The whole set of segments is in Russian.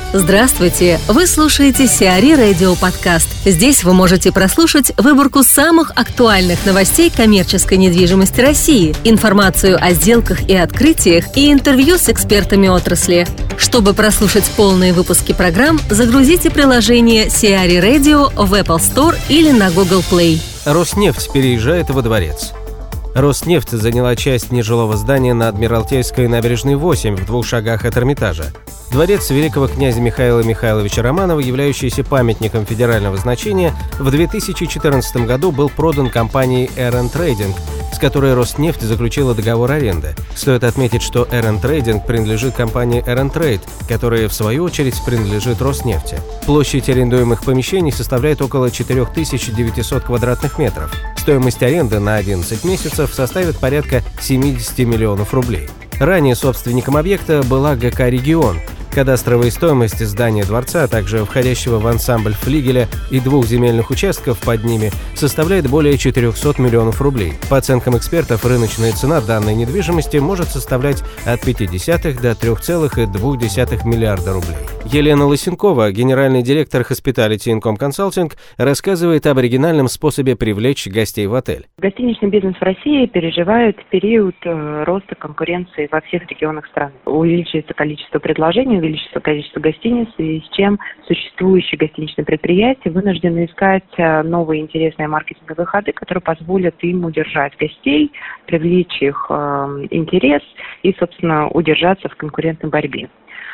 Здравствуйте! Вы слушаете Сиари Радио Подкаст. Здесь вы можете прослушать выборку самых актуальных новостей коммерческой недвижимости России, информацию о сделках и открытиях и интервью с экспертами отрасли. Чтобы прослушать полные выпуски программ, загрузите приложение Сиари Radio в Apple Store или на Google Play. Роснефть переезжает во дворец. Роснефть заняла часть нежилого здания на Адмиралтейской набережной 8 в 2 шагах от Эрмитажа. Дворец великого князя Михаила Михайловича Романова, являющийся памятником федерального значения, в 2014 году был продан компанией РН Трейдинг, с которой Роснефть заключила договор аренды. Стоит отметить, что РН Трейдинг принадлежит компании РН Трейд, которая в свою очередь принадлежит Роснефти. Площадь арендуемых помещений составляет около 4900 квадратных метров. Стоимость аренды на 11 месяцев составит порядка 70 миллионов рублей. Ранее собственником объекта была ГК «Регион». Кадастровая стоимость здания дворца, а также входящего в ансамбль флигеля и 2 земельных участков под ними, составляет более 400 миллионов рублей. По оценкам экспертов, рыночная цена данной недвижимости может составлять от 0,5 до 3,2 миллиарда рублей. Елена Лысенкова, генеральный директор Hospitality Income Consulting, рассказывает об оригинальном способе привлечь гостей в отель. Гостиничный бизнес в России переживает период роста конкуренции во всех регионах страны. Увеличивается количество предложений, увеличится количество гостиниц, и с чем существующие гостиничные предприятия вынуждены искать новые интересные маркетинговые ходы, которые позволят им удержать гостей, привлечь их интерес и, собственно, удержаться в конкурентной борьбе.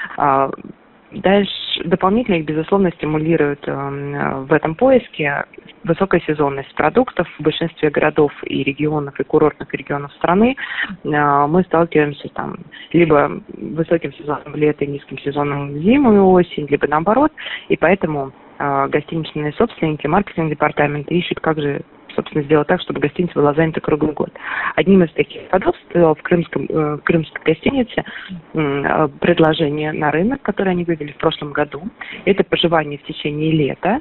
Дальше дополнительно их, безусловно, стимулирует в этом поиске высокая сезонность продуктов. В большинстве городов и регионов, и курортных регионов страны мы сталкиваемся либо высоким сезоном в лето и низким сезоном в зиму и осень, либо наоборот. И поэтому гостиничные собственники, маркетинг-департамент ищут, как же, собственно, сделать так, чтобы гостиница была занята круглый год. Одним из таких ходов стало в крымской гостинице предложение на рынок, которое они вывели в прошлом году. Это проживание в течение лета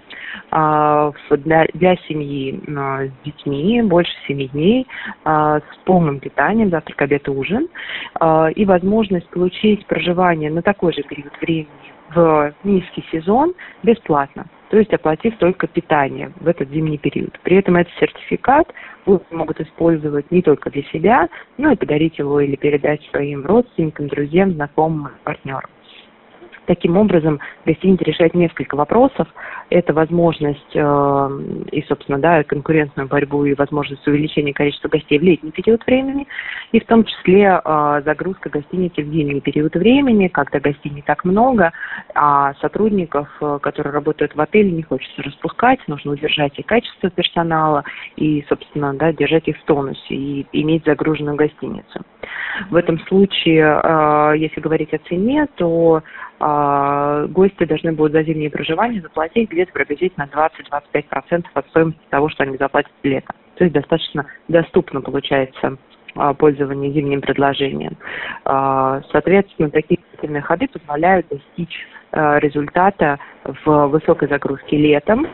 для семьи с детьми, больше 7 дней, с полным питанием, завтрак, обед и ужин, и возможность получить проживание на такой же период времени в низкий сезон бесплатно, то есть оплатив только питание в этот зимний период. При этом этот сертификат могут использовать не только для себя, но и подарить его или передать своим родственникам, друзьям, знакомым, партнерам. Таким образом, гостиница решает несколько вопросов. Это возможность и, собственно, конкурентную борьбу и возможность увеличения количества гостей в летний период времени, и в том числе загрузка гостиницы в зимний период времени, когда гостей не так много, а сотрудников, которые работают в отеле, не хочется распускать, нужно удержать и качество персонала, и, собственно, держать их в тонусе и иметь загруженную гостиницу. В этом случае, если говорить о цене, то гости должны будут за зимнее проживание заплатить где-то приблизительно 20-25% от стоимости того, что они заплатят летом. То есть достаточно доступно получается пользование зимним предложением. Соответственно, такие ходы позволяют достичь результата в высокой загрузке летом.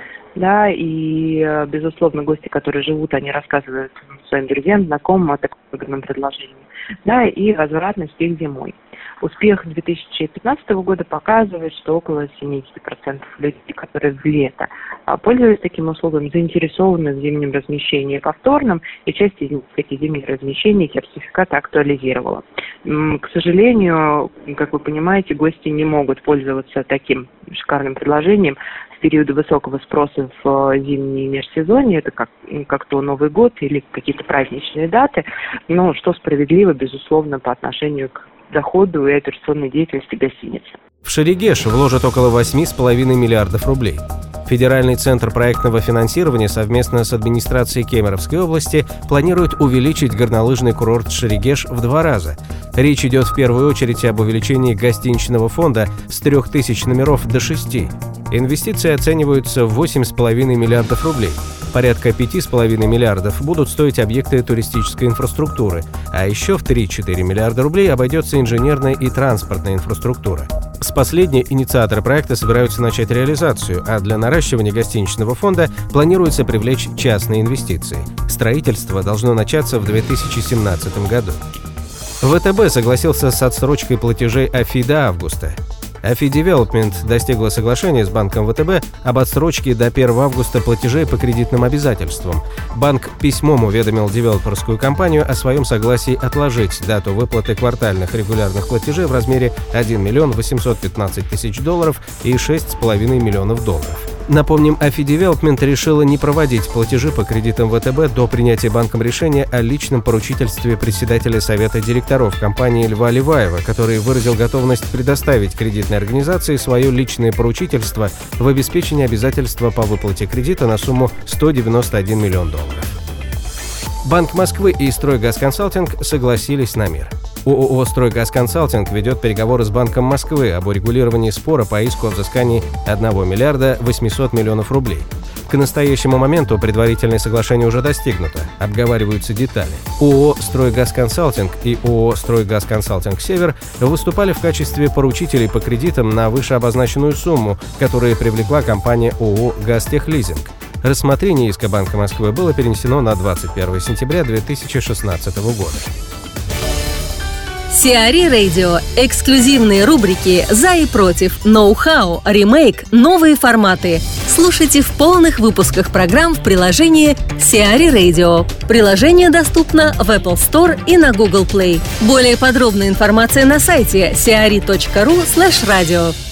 И, безусловно, гости, которые живут, они рассказывают своим друзьям, знакомым о таком выгодном предложении. И возвратность их зимой. Успех 2015 года показывает, что около 70% людей, которые в лето пользуются таким услугами, заинтересованы в зимнем размещении повторном, и часть из них эти зимние размещения сертификата актуализировала. К сожалению, как вы понимаете, гости не могут пользоваться таким шикарным предложением в периоды высокого спроса в зимние межсезонье, это как то Новый год или какие-то праздничные даты, но что справедливо, безусловно, по отношению к доходу и операционной деятельности гостиницы. В Шерегеш вложат около 8,5 миллиардов рублей. Федеральный центр проектного финансирования совместно с администрацией Кемеровской области планирует увеличить горнолыжный курорт Шерегеш в 2 раза. Речь идет в первую очередь об увеличении гостиничного фонда с 3000 номеров до 6. Инвестиции оцениваются в 8,5 миллиардов рублей. Порядка 5,5 миллиардов будут стоить объекты туристической инфраструктуры, а еще в 3-4 миллиарда рублей обойдется инженерная и транспортная инфраструктура. С последней инициаторы проекта собираются начать реализацию, а для наращивания гостиничного фонда планируется привлечь частные инвестиции. Строительство должно начаться в 2017 году. ВТБ согласился с отсрочкой платежей АФИ до августа. AFI Development достигла соглашения с банком ВТБ об отсрочке до 1 августа платежей по кредитным обязательствам. Банк письмом уведомил девелоперскую компанию о своем согласии отложить дату выплаты квартальных регулярных платежей в размере $1 815 000 и $6,5 миллионов. Напомним, AFI Development решила не проводить платежи по кредитам ВТБ до принятия банком решения о личном поручительстве председателя Совета директоров компании Льва Леваева, который выразил готовность предоставить кредитной организации свое личное поручительство в обеспечении обязательства по выплате кредита на сумму $191 миллион. Банк Москвы и «Стройгазконсалтинг» согласились на мир. ООО «Стройгазконсалтинг» ведет переговоры с Банком Москвы об урегулировании спора по иску о взыскании $1 800 000 000 рублей. К настоящему моменту предварительное соглашение уже достигнуто, обговариваются детали. ООО «Стройгазконсалтинг» и ООО «Стройгазконсалтинг Север» выступали в качестве поручителей по кредитам на вышеобозначенную сумму, которую привлекла компания ООО «Газтехлизинг». Рассмотрение иска Банка Москвы было перенесено на 21 сентября 2016 года. Сиари Radio. Эксклюзивные рубрики «За и против», «Ноу-хау», «Ремейк», «Новые форматы». Слушайте в полных выпусках программ в приложении Сиари Radio. Приложение доступно в Apple Store и на Google Play. Более подробная информация на сайте siari.ru/radio.